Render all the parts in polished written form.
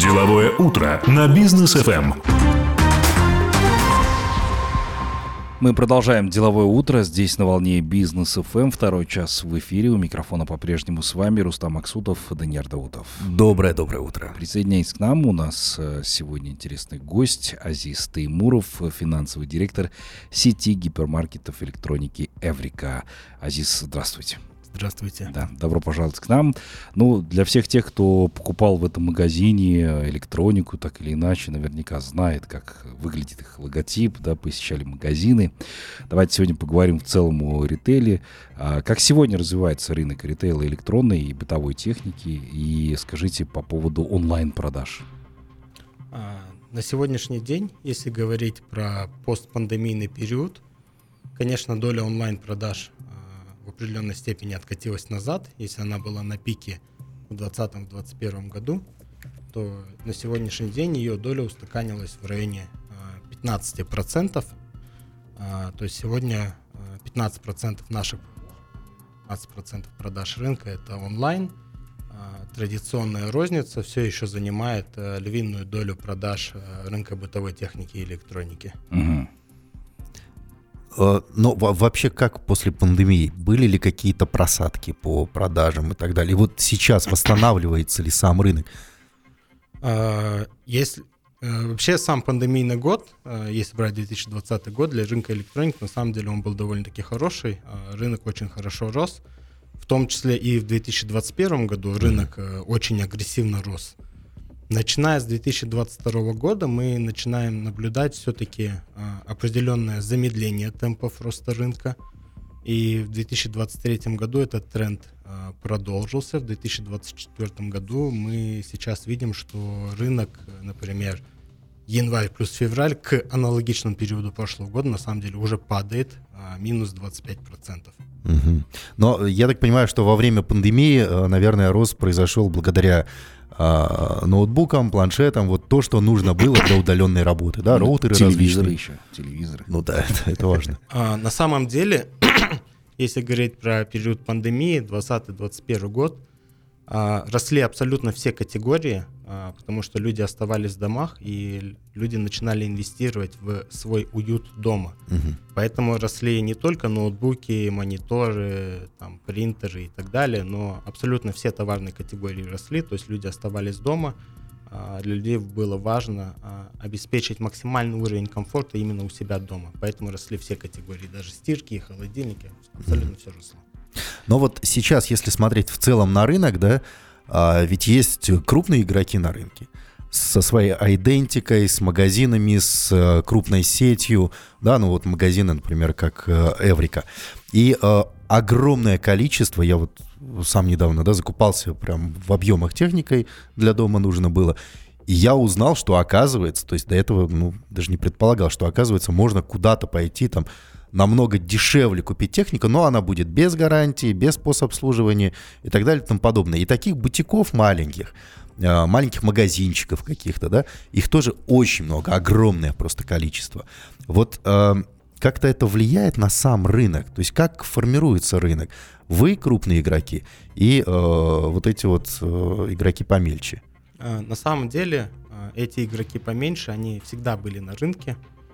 Деловое утро на Бизнес ФМ. Мы продолжаем деловое утро здесь на волне Бизнес ФМ. Второй час в эфире. У микрофона по-прежнему с вами Рустам Максутов, Даниил Даутов. Доброе утро. Присоединяйтесь к нам. У нас сегодня интересный гость Азиз Теймуров, финансовый директор сети гипермаркетов электроники Эврика. Азиз, здравствуйте. Здравствуйте. Да, добро пожаловать к нам. Ну, для всех тех, кто покупал в этом магазине электронику, так или иначе, наверняка знает, как выглядит их логотип, да, посещали магазины. Давайте сегодня поговорим в целом о ритейле. Как сегодня развивается рынок ритейла электронной и бытовой техники? И скажите по поводу онлайн-продаж. На сегодняшний день, если говорить про постпандемийный период, конечно, доля онлайн-продаж в определенной степени откатилась назад. Если она была на пике в 2020-2021 году, то на сегодняшний день ее доля устаканилась в районе 15%. То есть сегодня 15% наших 15% продаж рынка это онлайн. Традиционная розница все еще занимает львиную долю продаж рынка бытовой техники и электроники. Угу. Но вообще как после пандемии? Были ли какие-то просадки по продажам и так далее? И вот сейчас восстанавливается ли сам рынок? Вообще сам пандемийный год, если брать 2020 год, для рынка электроники, на самом деле он был довольно-таки хороший. Рынок очень хорошо рос. В том числе и в 2021 году рынок очень агрессивно рос. Начиная с 2022 года мы начинаем наблюдать все-таки определенное замедление темпов роста рынка. И в 2023 году этот тренд продолжился. В 2024 году мы сейчас видим, что рынок, например, январь плюс февраль к аналогичному периоду прошлого года на самом деле уже падает минус 25%. Угу. Но я так понимаю, что во время пандемии, наверное, рост произошел благодаря ноутбукам, планшетам, вот то, что нужно было для удаленной работы, да, роутеры телевизоры различные. Телевизоры. Ну да, это важно. На самом деле, если говорить про период пандемии, 2020-2021 год, росли абсолютно все категории, потому что люди оставались в домах, и люди начинали инвестировать в свой уют дома. Угу. Поэтому росли не только ноутбуки, мониторы, там, принтеры и так далее, но абсолютно все товарные категории росли, то есть люди оставались дома. Для людей было важно обеспечить максимальный уровень комфорта именно у себя дома. Поэтому росли все категории, даже стирки, холодильники, абсолютно все росло. Но вот сейчас, если смотреть в целом на рынок, да, ведь есть крупные игроки на рынке со своей айдентикой, с магазинами, с крупной сетью, да, ну вот магазины, например, как Эврика. И огромное количество, я вот сам недавно, да, закупался прям в объемах техникой для дома нужно было, и я узнал, что оказывается, то есть до этого, ну, даже не предполагал, что оказывается можно куда-то пойти там, намного дешевле купить технику, но она будет без гарантии, без пособслуживания и так далее и тому подобное. И таких бутиков маленьких магазинчиков каких-то, да, их тоже очень много, огромное просто количество. Вот как-то это влияет на сам рынок, то есть как формируется рынок? Вы крупные игроки и вот эти вот игроки помельче. На самом деле эти игроки поменьше, они всегда были на рынке.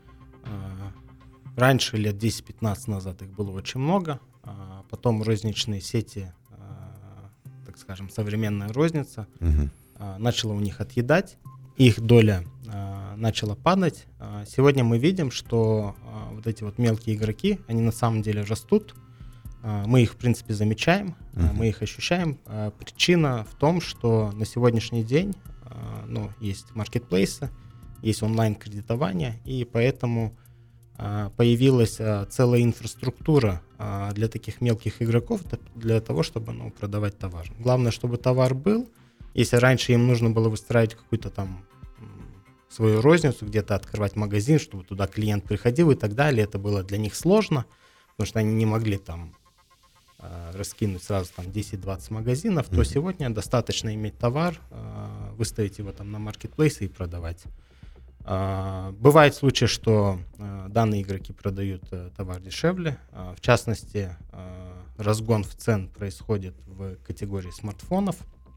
Раньше, лет 10-15 назад, их было очень много. Потом розничные сети, так скажем, современная розница, начала у них отъедать. Их доля начала падать. Сегодня мы видим, что вот эти вот мелкие игроки, они на самом деле растут. Мы их, в принципе, замечаем, мы их ощущаем. Причина в том, что на сегодняшний день есть маркетплейсы, есть онлайн-кредитование, и поэтому появилась целая инфраструктура для таких мелких игроков, для того, чтобы продавать товар. Главное, чтобы товар был. Если раньше им нужно было выстраивать какую-то там свою розницу, где-то открывать магазин, чтобы туда клиент приходил и так далее, это было для них сложно, потому что они не могли там раскинуть сразу там 10-20 магазинов, то сегодня достаточно иметь товар, выставить его там на маркетплейсы и продавать. Бывают случаи, что данные игроки продают товар дешевле. В частности, разгон в цен происходит в категории смартфонов.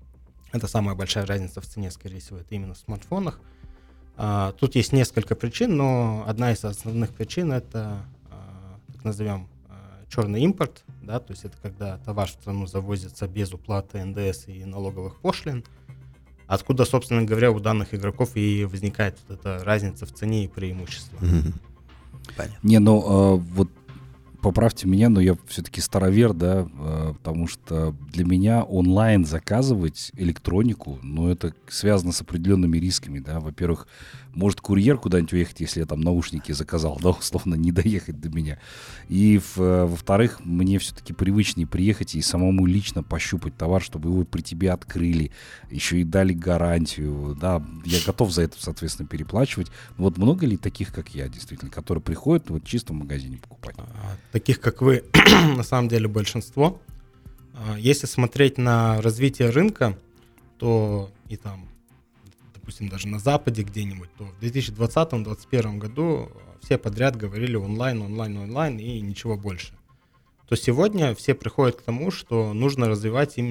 Это самая большая разница в цене, скорее всего, это именно в смартфонах. Тут есть несколько причин, но одна из основных причин — это, так назовем, черный импорт, да, то есть это когда товар в страну завозится без уплаты НДС и налоговых пошлин, откуда, собственно говоря, у данных игроков и возникает вот эта разница в цене и преимущество. Понятно. Вот поправьте меня, но я все-таки старовер, да, потому что для меня онлайн заказывать электронику, это связано с определенными рисками, да. Во-первых, может курьер куда-нибудь уехать, если я там наушники заказал, да, условно, не доехать до меня. И, во-вторых, мне все-таки привычнее приехать и самому лично пощупать товар, чтобы его при тебе открыли, еще и дали гарантию, да. Я готов за это, соответственно, переплачивать. Вот много ли таких, как я, действительно, которые приходят чисто в магазине покупать? Таких, как вы, на самом деле большинство. Если смотреть на развитие рынка, то и там, допустим, даже на Западе где-нибудь, то в 2020-2021 году все подряд говорили онлайн и ничего больше. То сегодня все приходят к тому, что нужно развиваться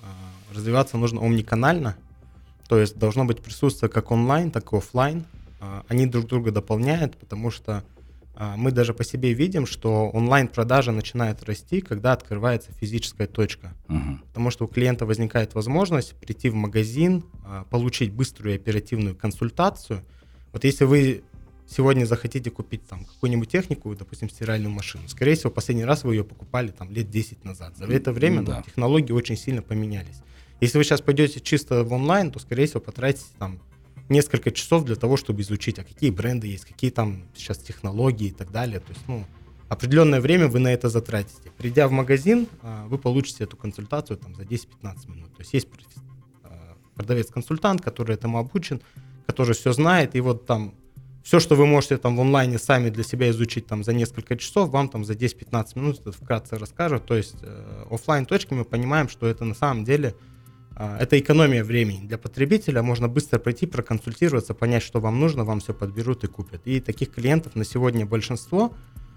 нужно омниканально, то есть должно быть присутствие как онлайн, так и офлайн. Они друг друга дополняют, потому что мы даже по себе видим, что онлайн-продажа начинает расти, когда открывается физическая точка. Потому что у клиента возникает возможность прийти в магазин, получить быструю и оперативную консультацию. Вот если вы сегодня захотите купить там какую-нибудь технику, допустим, стиральную машину, скорее всего, последний раз вы ее покупали там лет 10 назад. За это время технологии очень сильно поменялись. Если вы сейчас пойдете чисто в онлайн, то, скорее всего, потратите там несколько часов для того, чтобы изучить, какие бренды есть, какие там сейчас технологии и так далее. То есть, определенное время вы на это затратите. Придя в магазин, вы получите эту консультацию там за 10-15 минут. То есть продавец-консультант, который этому обучен, который все знает, и вот там все, что вы можете там в онлайне сами для себя изучить там за несколько часов, вам там за 10-15 минут это вкратце расскажут. То есть офлайн-точки мы понимаем, что это на самом деле это экономия времени для потребителя. Можно быстро пройти, проконсультироваться, понять, что вам нужно, вам все подберут и купят. И таких клиентов на сегодня большинство.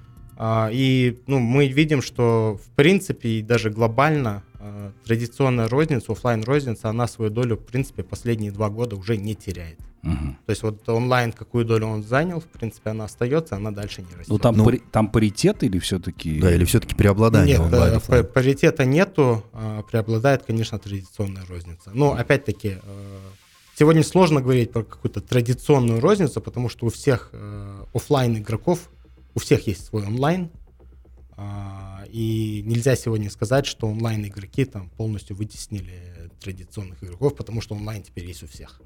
И мы видим, что в принципе и даже глобально традиционная розница, офлайн-розница, она свою долю в принципе последние 2 года уже не теряет. То есть вот онлайн, какую долю он занял, в принципе, она остается, она дальше не растет. Там паритет или все-таки... Да, или все-таки преобладание онлайн? Нет, паритета нету, преобладает, конечно, традиционная розница. Но, опять-таки, сегодня сложно говорить про какую-то традиционную розницу, потому что у всех офлайн-игроков, у всех есть свой онлайн, и нельзя сегодня сказать, что онлайн-игроки там полностью вытеснили традиционных игроков, потому что онлайн теперь есть у всех.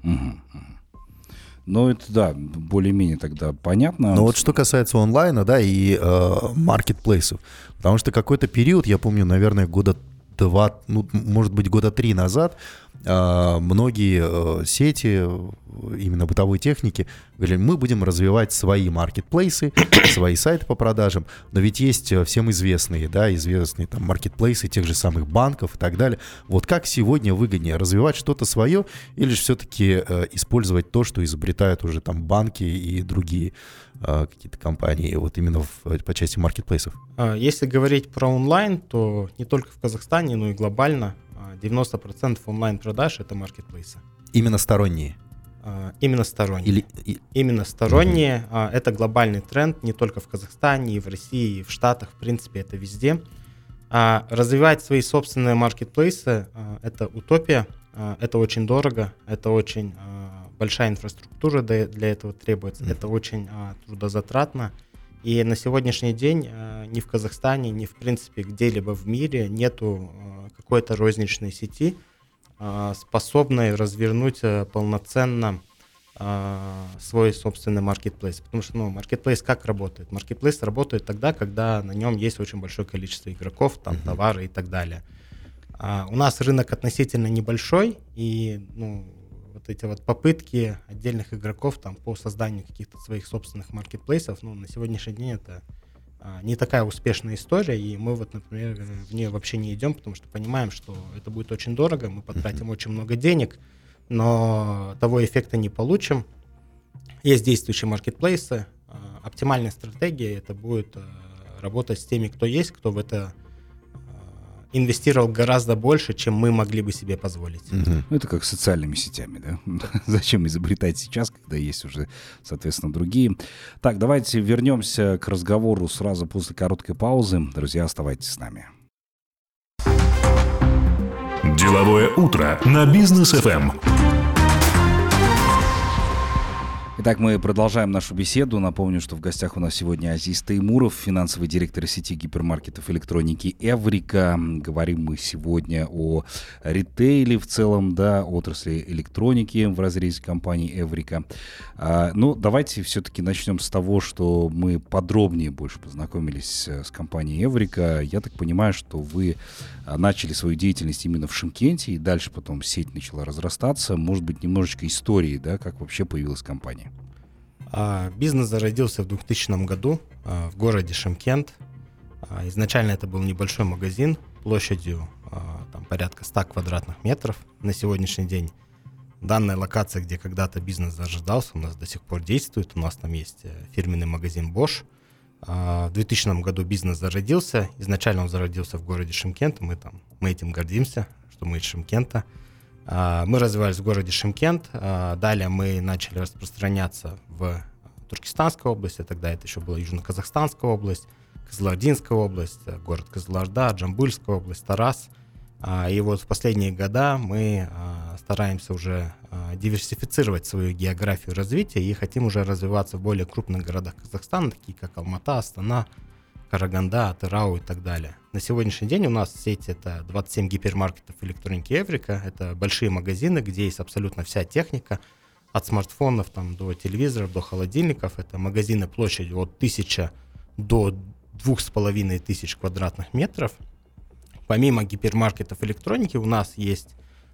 Это, да, более-менее тогда понятно. Но вот что касается онлайна, да, и маркетплейсов, потому что какой-то период, я помню, наверное, года 2, может быть, года 3 назад, многие сети именно бытовой техники говорили, мы будем развивать свои маркетплейсы, свои сайты по продажам, но ведь есть всем известные там маркетплейсы тех же самых банков и так далее. Вот как сегодня выгоднее, развивать что-то свое или же все-таки использовать то, что изобретают уже там банки и другие какие-то компании, вот именно по части маркетплейсов? Если говорить про онлайн, то не только в Казахстане, но и глобально 90% онлайн-продаж — это маркетплейсы. Именно сторонние? Именно сторонние. Именно сторонние. Это глобальный тренд не только в Казахстане, и в России, и в Штатах. В принципе, это везде. Развивать свои собственные маркетплейсы — это утопия. Это очень дорого. Это очень большая инфраструктура для этого требуется. Это очень трудозатратно. И на сегодняшний день ни в Казахстане, ни в принципе где-либо в мире нету какой-то розничной сети, способной развернуть полноценно свой собственный маркетплейс. Потому что маркетплейс как работает? Маркетплейс работает тогда, когда на нем есть очень большое количество игроков, там товары и так далее. У нас рынок относительно небольшой, и вот эти вот попытки отдельных игроков там по созданию каких-то своих собственных маркетплейсов, на сегодняшний день это не такая успешная история, и мы вот, например, в нее вообще не идем, потому что понимаем, что это будет очень дорого, мы потратим очень много денег, но того эффекта не получим. Есть действующие маркетплейсы. Оптимальная стратегия — это будет работать с теми, кто есть, кто в это инвестировал гораздо больше, чем мы могли бы себе позволить. Ну, это как с социальными сетями, да? Зачем изобретать сейчас, когда есть уже, соответственно, другие. Так, давайте вернемся к разговору сразу после короткой паузы. Друзья, оставайтесь с нами. Деловое утро на Бизнес ФМ. Итак, мы продолжаем нашу беседу. Напомню, что в гостях у нас сегодня Азиз Таймуров, финансовый директор сети гипермаркетов электроники «Эврика». Говорим мы сегодня о ритейле в целом, да, отрасли электроники в разрезе компании «Эврика». Ну, давайте все-таки начнем с того, что мы подробнее больше познакомились с компанией «Эврика». Я так понимаю, что вы начали свою деятельность именно в Шымкенте, и дальше потом сеть начала разрастаться. Может быть, немножечко истории, да, как вообще появилась компания? Бизнес зародился в 2000 году в городе Шымкент. Изначально это был небольшой магазин площадью там, порядка 100 квадратных метров. На сегодняшний день данная локация, где когда-то бизнес зарождался, у нас до сих пор действует. У нас там есть фирменный магазин Bosch. В 2000 году бизнес зародился. Изначально он зародился в городе Шымкент. Мы этим гордимся, что мы из Шымкента. Мы развивались в городе Шымкент. Далее мы начали распространяться в Туркестанской области. Тогда это еще была Южно-Казахстанская область, Кызылординская область, город Кызылорда, Джамбульская область, Тарас. И вот в последние года мы стараемся уже диверсифицировать свою географию развития и хотим уже развиваться в более крупных городах Казахстана, такие как Алмата, Астана, Караганда, Атырау и так далее. На сегодняшний день у нас сеть — это 27 гипермаркетов электроники «Эврика». Это большие магазины, где есть абсолютно вся техника, от смартфонов там, до телевизоров, до холодильников. Это магазины площадью от 1000 до 2500 квадратных метров. Помимо гипермаркетов электроники у нас есть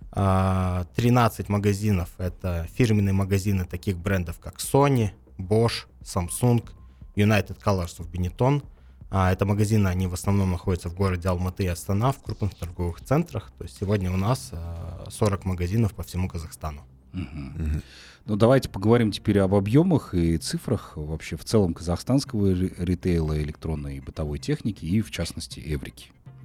13 магазинов. Это фирменные магазины таких брендов, как Sony, Bosch, Samsung, United Colors of Benetton. Это магазины, они в основном находятся в городе Алматы и Астана, в крупных торговых центрах. То есть сегодня у нас 40 магазинов по всему Казахстану. Ну, давайте поговорим теперь об объемах и цифрах вообще в целом казахстанского ритейла, электронной и бытовой техники и, в частности, «Эврики».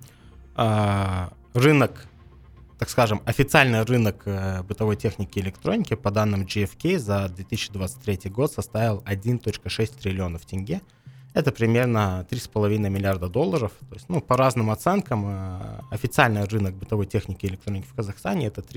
Рынок, так скажем, официальный рынок бытовой техники и электроники по данным GfK за 2023 год составил 1,6 триллионов тенге. Это примерно 3,5 миллиарда долларов. То есть, по разным оценкам, официальный рынок бытовой техники и электроники в Казахстане — это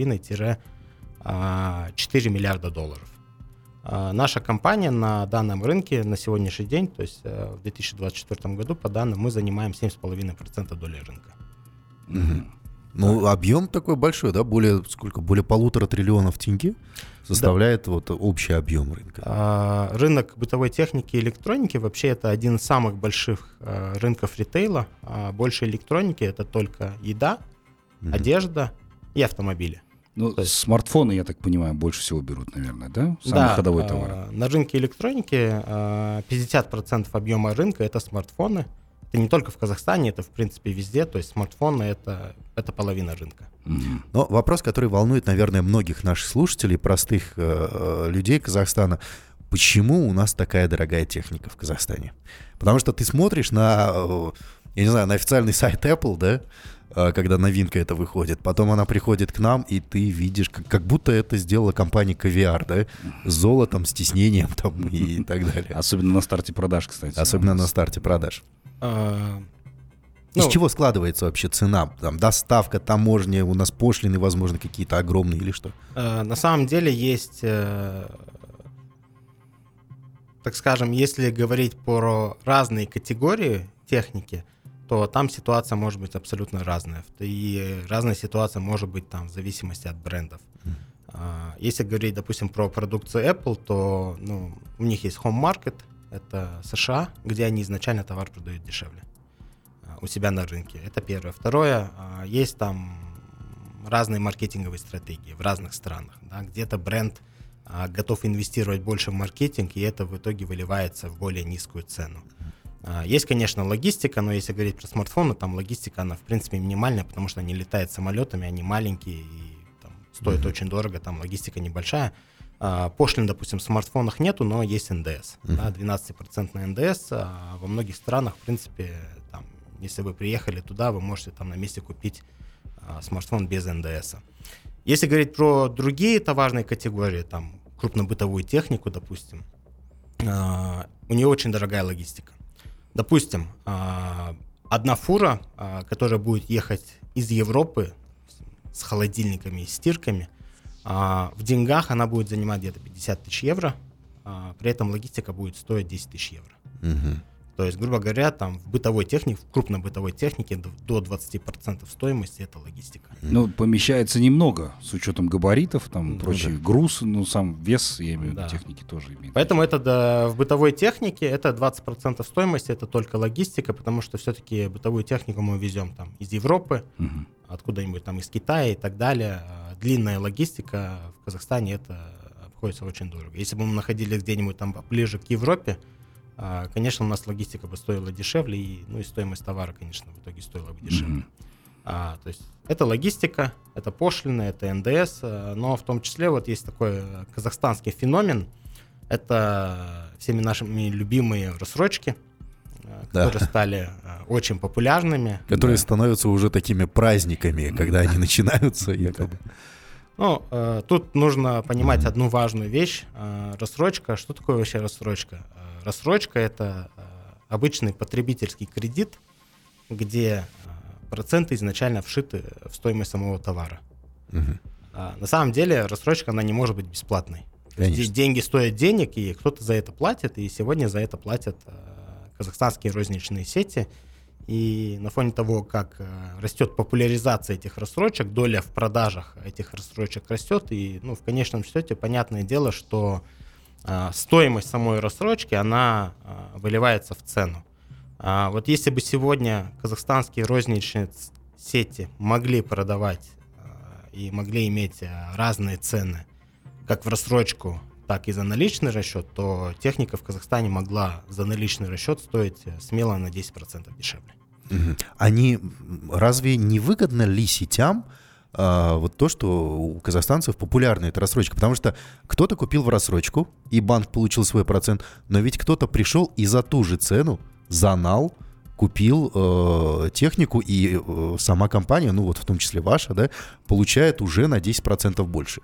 3,5-4 миллиарда долларов. Наша компания на данном рынке на сегодняшний день, то есть в 2024 году, по данным, мы занимаем 7,5% доли рынка. Ну, объем такой большой, да? Более 1,5 триллионов тенге составляет вот общий объем рынка. Рынок бытовой техники и электроники вообще это один из самых больших рынков ритейла. Больше электроники — это только еда, одежда и автомобили. Ну, смартфоны, я так понимаю, больше всего берут, наверное, да? Самый ходовой товар. На рынке электроники 50% объема рынка — это смартфоны. Это не только в Казахстане, это в принципе везде. То есть смартфоны — это половина рынка. Но вопрос, который волнует, наверное, многих наших слушателей, простых людей Казахстана: почему у нас такая дорогая техника в Казахстане? Потому что ты смотришь на, я не знаю, на официальный сайт Apple, да, когда новинка это выходит, потом она приходит к нам, и ты видишь, как будто это сделала компания Caviar, да, с золотом, с тиснением там и так далее. Особенно на старте продаж, кстати. Особенно на старте продаж. Из чего складывается вообще цена? Там доставка, таможня, у нас пошлины, возможно, какие-то огромные или что? На самом деле есть, так скажем, если говорить про разные категории техники, то там ситуация может быть абсолютно разная. И разная ситуация может быть там в зависимости от брендов. Если говорить, допустим, про продукцию Apple, то у них есть Home Market, это США, где они изначально товар продают дешевле у себя на рынке. Это первое. Второе, есть там разные маркетинговые стратегии в разных странах. Да? Где-то бренд готов инвестировать больше в маркетинг, и это в итоге выливается в более низкую цену. Есть, конечно, логистика, но если говорить про смартфоны, там логистика, она в принципе минимальная, потому что они летают самолетами, они маленькие и там, стоят очень дорого, там логистика небольшая. Пошлин, допустим, в смартфонах нету, но есть НДС. Да, 12% НДС. Во многих странах, в принципе, там если вы приехали туда, вы можете там на месте купить смартфон без НДС. Если говорить про другие товарные категории, там крупнобытовую технику, допустим, у нее очень дорогая логистика. Допустим, одна фура, которая будет ехать из Европы с холодильниками и стирками, в деньгах она будет занимать где-то 50 тысяч евро, при этом логистика будет стоить 10 тысяч евро. То есть, грубо говоря, там в бытовой технике, в крупной бытовой технике до 20% стоимости это логистика. Ну, помещается немного, с учетом габаритов, там прочий груз, ну, сам вес, я имею в виду, техники тоже имеет. Поэтому в бытовой технике это 20% стоимости, это только логистика, потому что все-таки бытовую технику мы везем там из Европы, откуда-нибудь там из Китая и так далее. Длинная логистика в Казахстане это обходится очень дорого. Если бы мы находились где-нибудь там ближе к Европе, конечно, у нас логистика бы стоила дешевле, и стоимость товара, конечно, в итоге стоила бы дешевле. То есть это логистика, это пошлины, это НДС, но в том числе вот есть такой казахстанский феномен, это всеми нашими любимые рассрочки, которые стали очень популярными. Которые становятся уже такими праздниками, когда они начинаются якобы. Тут нужно понимать одну важную вещь. Рассрочка, что такое вообще рассрочка? Рассрочка – это обычный потребительский кредит, где проценты изначально вшиты в стоимость самого товара. На самом деле рассрочка, она не может быть бесплатной. Деньги стоят денег, и кто-то за это платит, и сегодня за это платят казахстанские розничные сети. И на фоне того, как растет популяризация этих рассрочек, доля в продажах этих рассрочек растет, и в конечном счете понятное дело, что стоимость самой рассрочки, она выливается в цену. Вот если бы сегодня казахстанские розничные сети могли продавать и могли иметь разные цены, как в рассрочку, так и за наличный расчет, то техника в Казахстане могла за наличный расчет стоить смело на 10% дешевле. Они разве не выгодно ли сетям вот то, что у казахстанцев популярна эта рассрочка? Потому что кто-то купил в рассрочку, и банк получил свой процент, но ведь кто-то пришел и за ту же цену, за нал, купил технику, и сама компания, в том числе ваша, да, получает уже на 10% больше.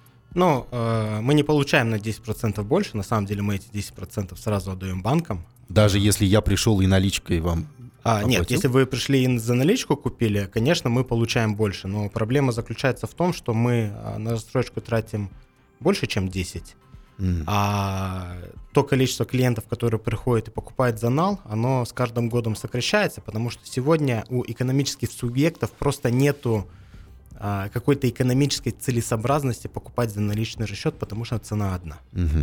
Мы не получаем на 10% больше, на самом деле мы эти 10% сразу отдаем банкам. Даже если я пришел и наличкой вам оплатил? Нет, если вы пришли и за наличку купили, конечно, мы получаем больше, но проблема заключается в том, что мы на рассрочку тратим больше, чем 10, а то количество клиентов, которые приходят и покупают за нал, оно с каждым годом сокращается, потому что сегодня у экономических субъектов просто нету какой-то экономической целесообразности покупать за наличный расчет, потому что цена одна.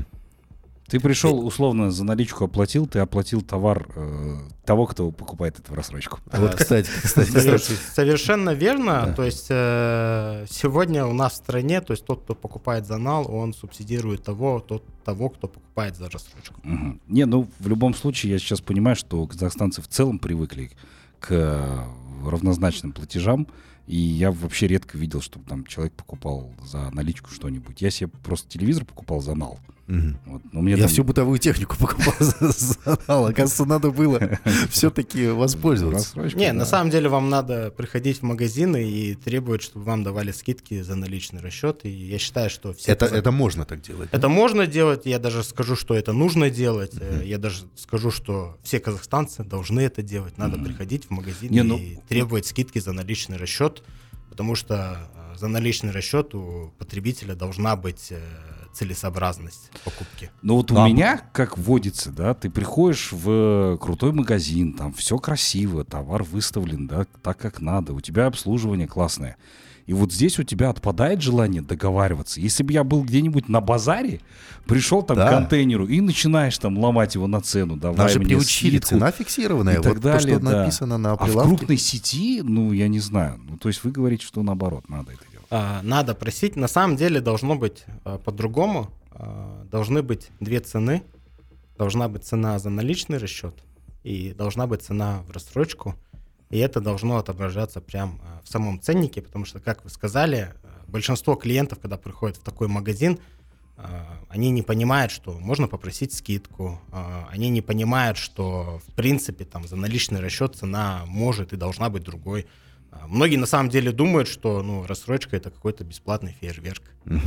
Ты пришел, условно, за наличку оплатил, ты оплатил товар того, кто покупает эту рассрочку. Вот, кстати. Совершенно верно. Да. То есть сегодня у нас в стране, то есть тот, кто покупает за нал, он субсидирует того, кто покупает за рассрочку. В любом случае, я сейчас понимаю, что казахстанцы в целом привыкли к равнозначным платежам, и я вообще редко видел, чтобы там человек покупал за наличку что-нибудь. Я себе просто телевизор покупал за нал. Я всю бытовую технику покупал за нал. Оказывается, надо было все-таки воспользоваться. На самом деле вам надо приходить в магазины и требовать, чтобы вам давали скидки за наличный расчет. И я считаю, что все... Это можно так делать? Это можно делать. Я даже скажу, что это нужно делать. Я даже скажу, что все казахстанцы должны это делать. Надо приходить в магазин и требовать скидки за наличный расчет, потому что за наличный расчет у потребителя должна быть целесообразность покупки. У меня, как водится, да, ты приходишь в крутой магазин, там все красиво, товар выставлен, да, так как надо, у тебя обслуживание классное. И вот здесь у тебя отпадает желание договариваться. Если бы я был где-нибудь на базаре, пришел там к контейнеру и начинаешь там ломать его на цену, давай нас же мне приучили, скидку, цена фиксированная, вот далее, то, что написано на прилавке. А в крупной сети, я не знаю. То есть вы говорите, что наоборот, надо это делать. Надо просить. На самом деле должно быть по-другому. Должны быть две цены. Должна быть цена за наличный расчет и должна быть цена в рассрочку. И это должно отображаться прямо в самом ценнике, потому что, как вы сказали, большинство клиентов, когда приходят в такой магазин, они не понимают, что можно попросить скидку, они не понимают, что, в принципе, там, за наличный расчет цена может и должна быть другой. Многие на самом деле думают, что рассрочка — это какой-то бесплатный фейерверк.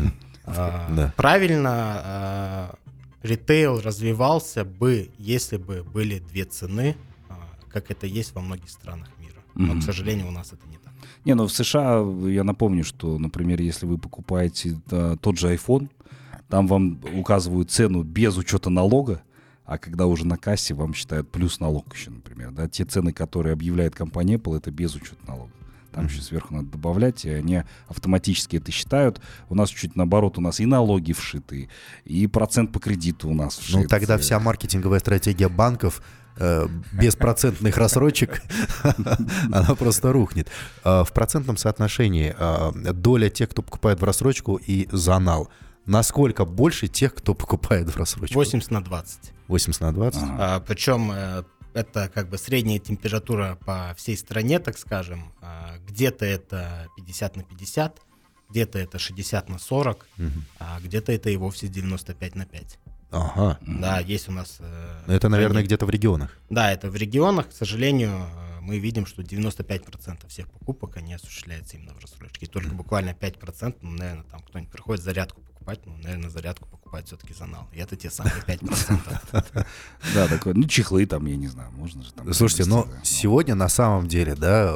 Правильно, ритейл развивался бы, если бы были две цены, как это есть во многих странах мира. Но, к сожалению, у нас это не так. В США, я напомню, что, например, если вы покупаете тот же iPhone, там вам указывают цену без учета налога, а когда уже на кассе, вам считают плюс налог еще, например. Да? Те цены, которые объявляет компания Apple, это без учета налога. Там еще сверху надо добавлять, и они автоматически это считают. У нас чуть наоборот, у нас и налоги вшиты, и процент по кредиту у нас вшит. Тогда вся маркетинговая стратегия банков без процентных рассрочек, она просто рухнет. В процентном соотношении доля тех, кто покупает в рассрочку, и за нал, насколько больше тех, кто покупает в рассрочку? 80/20. 80/20? Причем это как бы средняя температура по всей стране, так скажем. Где-то это 50/50, где-то это 60/40, а где-то это и вовсе 95/5. Ага. Да, есть у нас... Это, наверное, где-то в регионах. Да, это в регионах. К сожалению, мы видим, что 95% всех покупок, они осуществляются именно в рассрочке. И только буквально 5%, наверное, там кто-нибудь приходит зарядку покупать, наверное, зарядку покупать все-таки за нал. И это те самые 5%. Да, такое, чехлы там, я не знаю, можно же там... Слушайте, но сегодня на самом деле, да,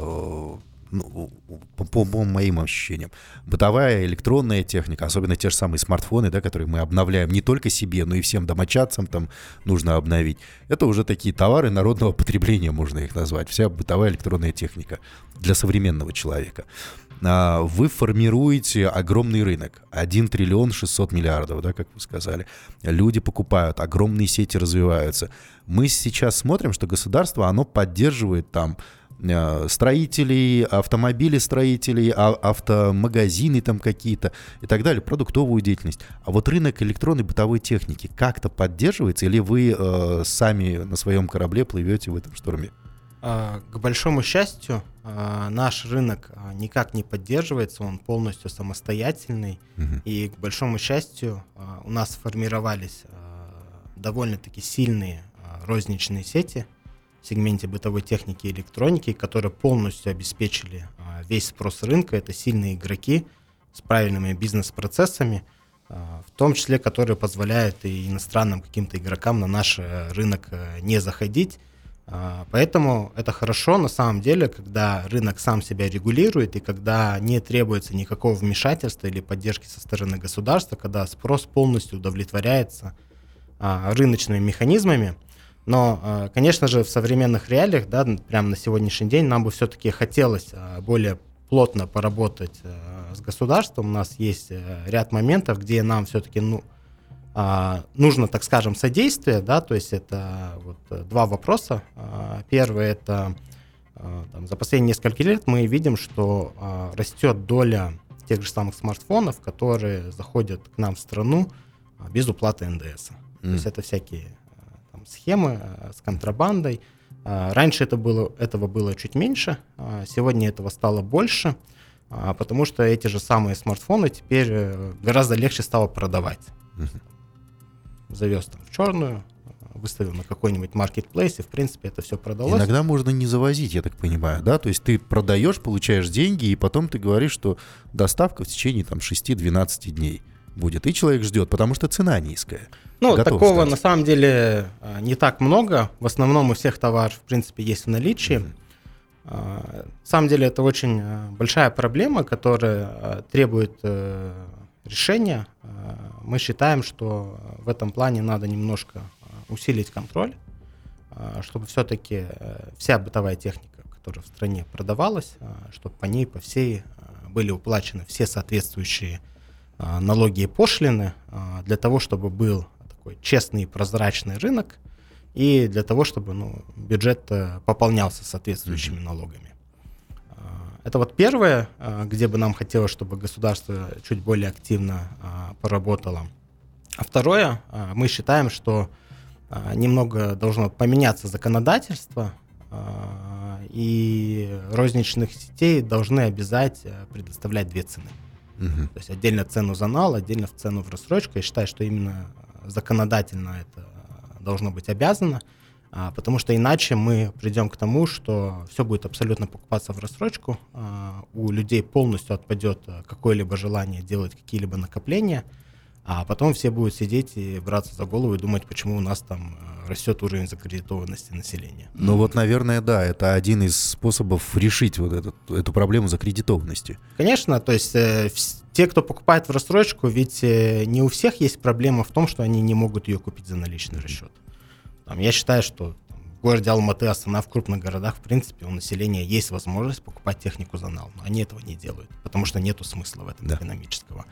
по моим ощущениям, бытовая электронная техника, особенно те же самые смартфоны, да, которые мы обновляем не только себе, но и всем домочадцам там нужно обновить, это уже такие товары народного потребления, можно их назвать. Вся бытовая электронная техника для современного человека. Вы формируете огромный рынок, 1 триллион 600 миллиардов, да, как вы сказали. Люди покупают, огромные сети развиваются. Мы сейчас смотрим, что государство, оно поддерживает там строителей, автомобилестроителей, автомагазины там какие-то и так далее, продуктовую деятельность. А вот рынок электронной бытовой техники как-то поддерживается, или вы сами на своем корабле плывете в этом шторме? К большому счастью, наш рынок никак не поддерживается, он полностью самостоятельный. И, к большому счастью, у нас сформировались довольно-таки сильные розничные сети в сегменте бытовой техники и электроники, которые полностью обеспечили весь спрос рынка. Это сильные игроки с правильными бизнес-процессами, в том числе, которые позволяют и иностранным каким-то игрокам на наш рынок не заходить. Поэтому это хорошо на самом деле, когда рынок сам себя регулирует и когда не требуется никакого вмешательства или поддержки со стороны государства, когда спрос полностью удовлетворяется рыночными механизмами. Но, конечно же, в современных реалиях, да, прямо на сегодняшний день нам бы все-таки хотелось более плотно поработать с государством. У нас есть ряд моментов, где нам все-таки нужно, так скажем, содействие, да, то есть это вот два вопроса. Первый — это за последние несколько лет мы видим, что растет доля тех же самых смартфонов, которые заходят к нам в страну без уплаты НДС. То есть это всякие схемы с контрабандой. Раньше этого было чуть меньше, сегодня этого стало больше, потому что эти же самые смартфоны теперь гораздо легче стало продавать. Завез там в черную, выставил на какой-нибудь маркетплейс, и в принципе это все продалось. Иногда можно не завозить, я так понимаю, да? То есть ты продаешь, получаешь деньги, и потом ты говоришь, что доставка в течение там 6-12 дней будет. И человек ждет, потому что цена низкая. Такого ждать на самом деле не так много. В основном у всех товаров, в принципе, есть в наличии. На самом деле это очень большая проблема, которая требует решения. Мы считаем, что в этом плане надо немножко усилить контроль, чтобы все-таки вся бытовая техника, которая в стране продавалась, чтобы по ней, по всей, были уплачены все соответствующие налоги и пошлины, для того, чтобы был такой честный и прозрачный рынок, и для того, чтобы бюджет пополнялся соответствующими налогами. Это вот первое, где бы нам хотелось, чтобы государство чуть более активно поработало. А второе, мы считаем, что немного должно поменяться законодательство, и розничных сетей должны обязать предоставлять две цены. То есть отдельно цену за нал, отдельно в цену в рассрочку. Я считаю, что именно законодательно это должно быть обязано, потому что иначе мы придем к тому, что все будет абсолютно покупаться в рассрочку, у людей полностью отпадет какое-либо желание делать какие-либо накопления, а потом все будут сидеть и браться за голову и думать, почему у нас там растет уровень закредитованности населения. Ну вот, наверное, да, это один из способов решить вот эту проблему закредитованности. Конечно, то есть те, кто покупает в рассрочку, ведь не у всех есть проблема в том, что они не могут ее купить за наличный расчет. Я считаю, что в городе Алматы, Астана, в крупных городах, в принципе, у населения есть возможность покупать технику за нал, но они этого не делают, потому что нету смысла в этом экономического.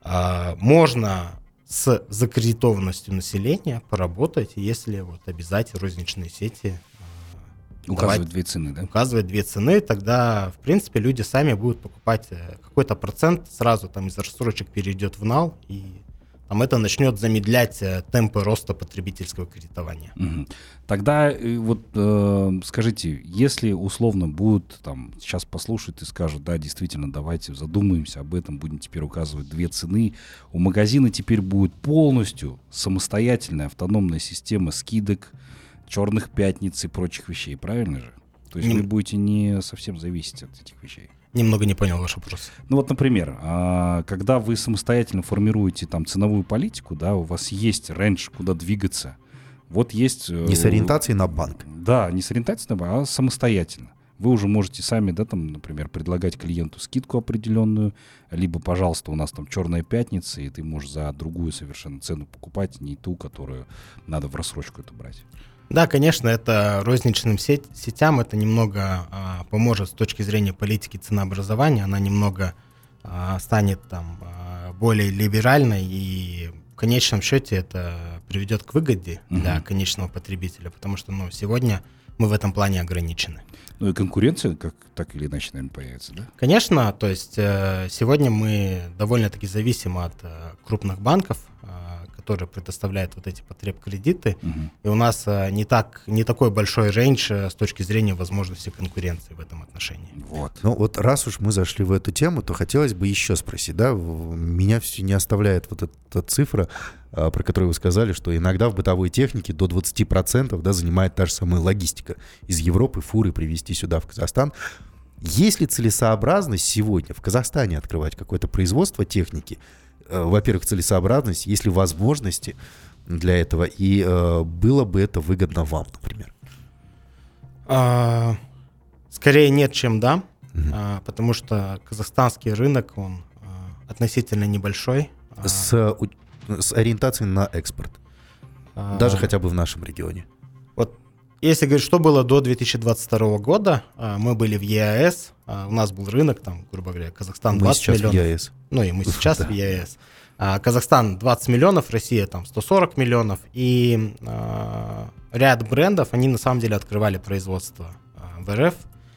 Можно с закредитованностью населения поработать, если вот обязать розничные сети указывать две цены, да? Указывать две цены, тогда, в принципе, люди сами будут покупать какой-то процент, сразу там из рассрочек перейдет в нал, и там это начнет замедлять темпы роста потребительского кредитования. Тогда вот скажите, если условно будут там сейчас послушают и скажут, да, действительно, давайте задумаемся об этом, будем теперь указывать две цены, у магазина теперь будет полностью самостоятельная автономная система скидок, черных пятниц и прочих вещей, правильно же? То есть вы будете не совсем зависеть от этих вещей. Немного не понял ваш вопрос. Ну вот, например, когда вы самостоятельно формируете там ценовую политику, да, у вас есть рейндж, куда двигаться. Вот есть... Не с ориентацией на банк. Да, не с ориентацией на банк, а самостоятельно. Вы уже можете сами, да, там, например, предлагать клиенту скидку определенную, либо, пожалуйста, у нас там черная пятница, и ты можешь за другую совершенно цену покупать, не ту, которую надо в рассрочку это брать. Да, конечно, это розничным сетям это немного поможет с точки зрения политики ценообразования, она немного станет там более либеральной, и в конечном счете это приведет к выгоде для конечного потребителя, потому что сегодня мы в этом плане ограничены. Ну и конкуренция так или иначе, наверное, появится, да? Конечно, то есть сегодня мы довольно-таки зависим от крупных банков, которые предоставляют вот эти потребкредиты, и у нас не такой большой рейндж с точки зрения возможности конкуренции в этом отношении. Вот. Ну вот раз уж мы зашли в эту тему, то хотелось бы еще спросить, да, меня все не оставляет вот эта цифра, про которую вы сказали, что иногда в бытовой технике до 20%, да, занимает та же самая логистика из Европы фуры привезти сюда, в Казахстан. Есть ли целесообразность сегодня в Казахстане открывать какое-то производство техники? Во-первых, целесообразность, есть ли возможности для этого, и было бы это выгодно вам, например? Скорее нет, чем да, потому что казахстанский рынок, он относительно небольшой. С ориентацией на экспорт, даже хотя бы в нашем регионе. Вот если говорить, что было до 2022 года, мы были в ЕАЭС, у нас был рынок, там, грубо говоря, Казахстан 20 миллионов. Мы сейчас в ЕАЭС. Ну и мы сейчас в ЕАЭС. Казахстан 20 миллионов, Россия там 140 миллионов. И ряд брендов, они на самом деле открывали производство в РФ.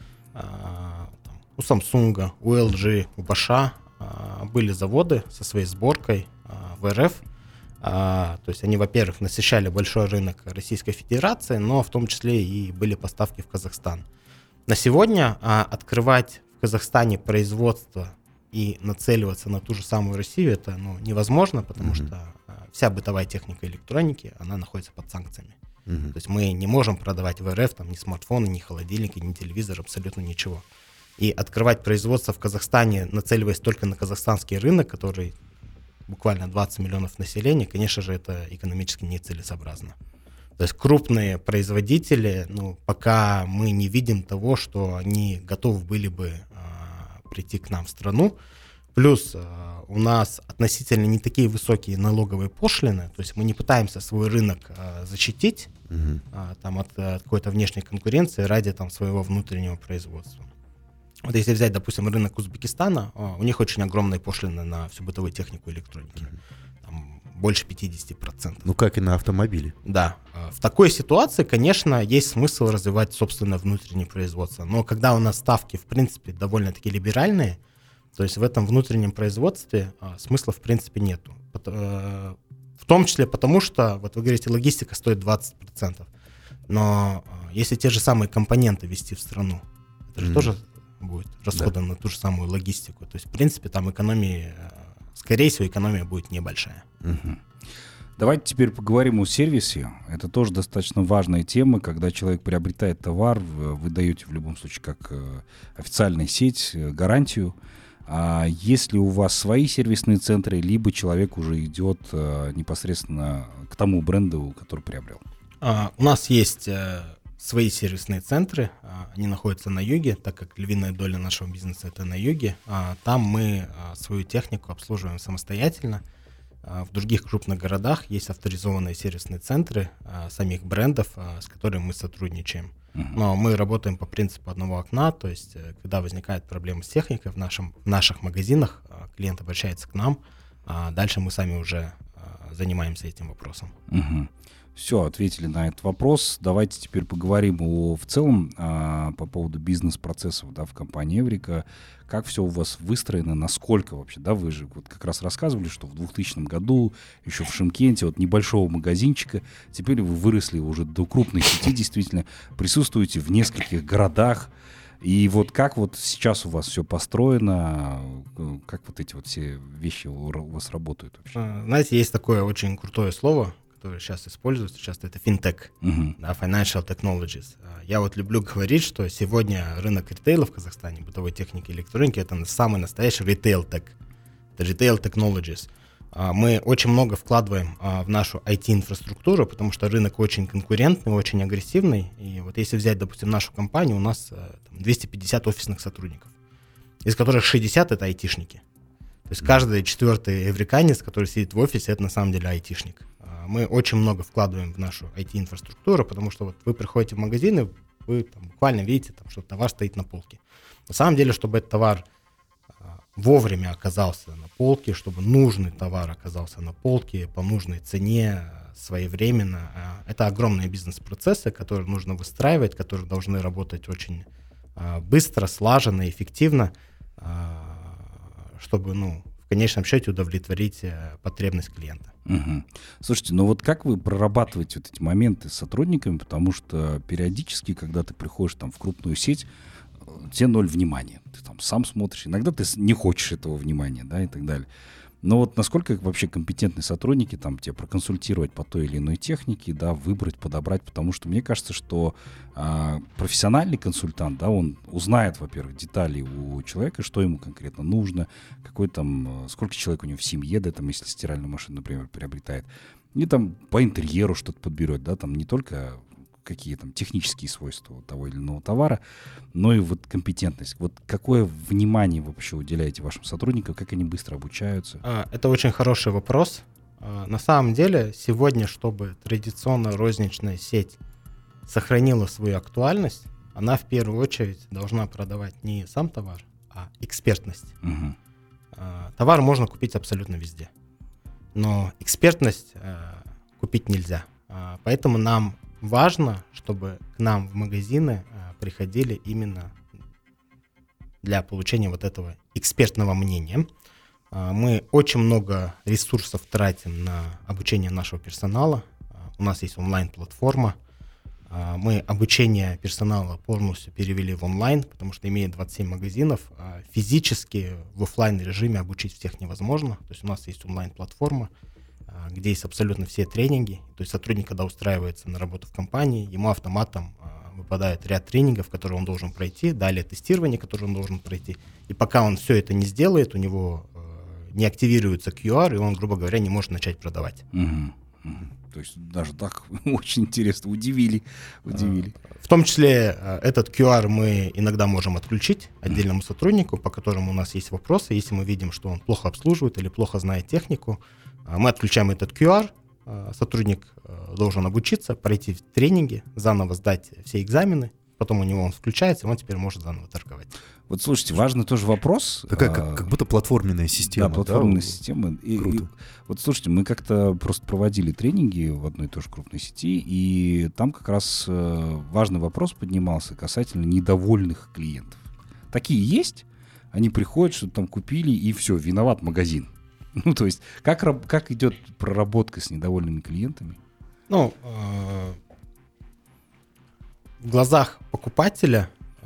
У Samsung, у LG, у Bosch были заводы со своей сборкой в РФ. То есть они, во-первых, насыщали большой рынок Российской Федерации, но в том числе и были поставки в Казахстан. На сегодня открывать в Казахстане производство и нацеливаться на ту же самую Россию это невозможно, потому что вся бытовая техника электроники, она находится под санкциями. То есть мы не можем продавать в РФ там, ни смартфоны, ни холодильники, ни телевизор, абсолютно ничего. И открывать производство в Казахстане, нацеливаясь только на казахстанский рынок, который буквально 20 миллионов населения, конечно же, это экономически нецелесообразно. То есть крупные производители, пока мы не видим того, что они готовы были бы прийти к нам в страну. Плюс у нас относительно не такие высокие налоговые пошлины, то есть мы не пытаемся свой рынок защитить там, от какой-то внешней конкуренции ради там, своего внутреннего производства. Вот если взять, допустим, рынок Узбекистана, у них очень огромные пошлины на всю бытовую технику электроники. Там больше 50%. Ну, как и на автомобили. Да. В такой ситуации, конечно, есть смысл развивать собственное внутреннее производство. Но когда у нас ставки, в принципе, довольно-таки либеральные, то есть в этом внутреннем производстве смысла, в принципе, нету. В том числе потому, что, вот вы говорите, логистика стоит 20%. Но если те же самые компоненты везти в страну, это же тоже будет расходован на ту же самую логистику. То есть, в принципе, там экономия, скорее всего, экономия будет небольшая. Угу. Давайте теперь поговорим о сервисе. Это тоже достаточно важная тема. Когда человек приобретает товар, вы даете в любом случае как официальная сеть гарантию. А есть ли у вас свои сервисные центры, либо человек уже идет непосредственно к тому бренду, который приобрел? У нас есть свои сервисные центры. Они находятся на юге, так как львиная доля нашего бизнеса — это на юге. Там мы свою технику обслуживаем самостоятельно. В других крупных городах есть авторизованные сервисные центры самих брендов, с которыми мы сотрудничаем. Но мы работаем по принципу одного окна, то есть когда возникает проблема с техникой в наших магазинах, клиент обращается к нам, а дальше мы сами уже занимаемся этим вопросом. Угу. Все, ответили на этот вопрос. Давайте теперь поговорим в целом по поводу бизнес-процессов, да, в компании Эврика. Как все у вас выстроено, насколько вообще, да, вы же вот как раз рассказывали, что в 2000 году еще в Шымкенте от небольшого магазинчика, теперь вы выросли уже до крупной сети, действительно, присутствуете в нескольких городах. И вот как вот сейчас у вас все построено, как вот эти вот все вещи у вас работают вообще? Знаете, есть такое очень крутое слово, которое сейчас используется, часто это финтех, да, financial technologies. Я вот люблю говорить, что сегодня рынок ритейла в Казахстане, бытовой техники и электроники, это самый настоящий ритейл-тек, это retail technologies. Мы очень много вкладываем в нашу IT-инфраструктуру, потому что рынок очень конкурентный, очень агрессивный. И вот если взять, допустим, нашу компанию, у нас там 250 офисных сотрудников, из которых 60 — это айтишники. То есть каждый четвертый эвриканец, который сидит в офисе, это на самом деле айтишник. Мы очень много вкладываем в нашу IT-инфраструктуру, потому что вот вы приходите в магазин, и вы там буквально видите, там, что товар стоит на полке. На самом деле, чтобы этот товар вовремя оказался на полке, чтобы нужный товар оказался на полке по нужной цене, своевременно, это огромные бизнес-процессы, которые нужно выстраивать, которые должны работать очень быстро, слаженно, эффективно, чтобы, в конечном счете удовлетворить потребность клиента. Угу. Слушайте, ну вот как вы прорабатываете вот эти моменты с сотрудниками, потому что периодически, когда ты приходишь там в крупную сеть, тебе 0 внимания, ты там сам смотришь, иногда ты не хочешь этого внимания, да, и так далее. Но вот насколько вообще компетентные сотрудники там тебя проконсультировать по той или иной технике, да, выбрать, подобрать, потому что мне кажется, что профессиональный консультант, да, он узнает, во-первых, детали у человека, что ему конкретно нужно, какой там, сколько человек у него в семье, да, там, если стиральную машину, например, приобретает, и там по интерьеру что-то подберет, да, там не только какие там технические свойства того или иного товара, но и вот компетентность. Вот какое внимание вы вообще уделяете вашим сотрудникам, как они быстро обучаются? Это очень хороший вопрос. На самом деле, сегодня, чтобы традиционная розничная сеть сохранила свою актуальность, она в первую очередь должна продавать не сам товар, а экспертность. Угу. Товар можно купить абсолютно везде, но экспертность купить нельзя. Поэтому нам важно, чтобы к нам в магазины приходили именно для получения вот этого экспертного мнения. Мы очень много ресурсов тратим на обучение нашего персонала. У нас есть онлайн-платформа. Мы обучение персонала полностью перевели в онлайн, потому что, имея 27 магазинов, физически в офлайн режиме обучить всех невозможно. То есть у нас есть онлайн-платформа, где есть абсолютно все тренинги. То есть сотрудник, когда устраивается на работу в компании, ему автоматом выпадает ряд тренингов, которые он должен пройти, далее тестирование, которое он должен пройти. И пока он все это не сделает, у него не активируется QR, и он, грубо говоря, не может начать продавать. То есть даже так очень интересно, удивили. В том числе этот QR мы иногда можем отключить отдельному сотруднику, по которому у нас есть вопросы. Если мы видим, что он плохо обслуживает или плохо знает технику, мы отключаем этот QR, сотрудник должен обучиться, пройти тренинги, заново сдать все экзамены, потом у него он включается, и он теперь может заново торговать. Вот слушайте, важный тоже вопрос. Такая как будто платформенная система. Да, платформенная система. И вот слушайте, мы как-то просто проводили тренинги в одной и той же крупной сети, и там как раз важный вопрос поднимался касательно недовольных клиентов. Такие есть, они приходят, что-то там купили, и все, виноват магазин. Ну, то есть, как идет проработка с недовольными клиентами? В глазах покупателя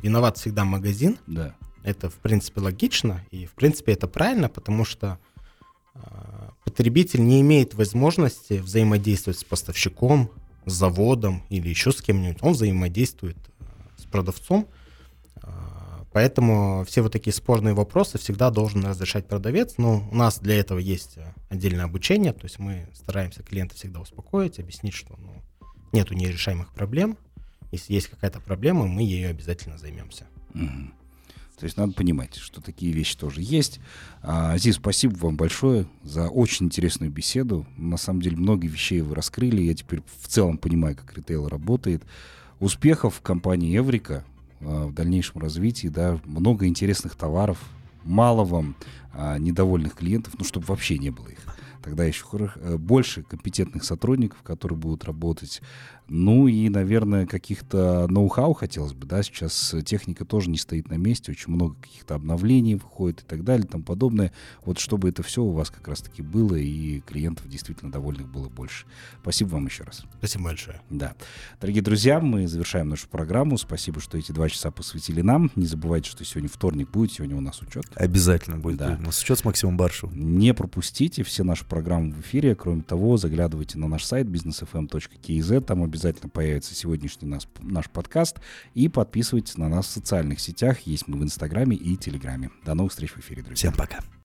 виноват всегда магазин. Да. Это, в принципе, логично, и, в принципе, это правильно, потому что потребитель не имеет возможности взаимодействовать с поставщиком, с заводом или еще с кем-нибудь. Он взаимодействует с продавцом, поэтому все вот такие спорные вопросы всегда должен разрешать продавец. Но у нас для этого есть отдельное обучение, то есть мы стараемся клиента всегда успокоить, объяснить, что нету нерешаемых проблем. Если есть какая-то проблема, мы ею обязательно займемся. Угу. То есть надо понимать, что такие вещи тоже есть. Азиз, спасибо вам большое за очень интересную беседу. На самом деле много вещей вы раскрыли. Я теперь в целом понимаю, как ритейл работает. Успехов в компании «Эврика» в дальнейшем развитии. Да, много интересных товаров. Мало вам недовольных клиентов, чтобы вообще не было их. Тогда еще больше компетентных сотрудников, которые будут работать. Ну и, наверное, каких-то ноу-хау хотелось бы, да, сейчас техника тоже не стоит на месте, очень много каких-то обновлений выходит и так далее, и тому подобное. Вот чтобы это все у вас как раз-таки было, и клиентов действительно довольных было больше. Спасибо вам еще раз. Спасибо большое. Да. Дорогие друзья, мы завершаем нашу программу. Спасибо, что эти 2 часа посвятили нам. Не забывайте, что сегодня вторник будет, сегодня у нас учет. Обязательно будет. Да. У нас учет с Максимом Баршевым. Не пропустите все наши программы в эфире. Кроме того, заглядывайте на наш сайт businessfm.kz. Там обязательно появится сегодняшний наш подкаст. И подписывайтесь на нас в социальных сетях. Есть мы в Инстаграме и Телеграме. До новых встреч в эфире, друзья. Всем пока.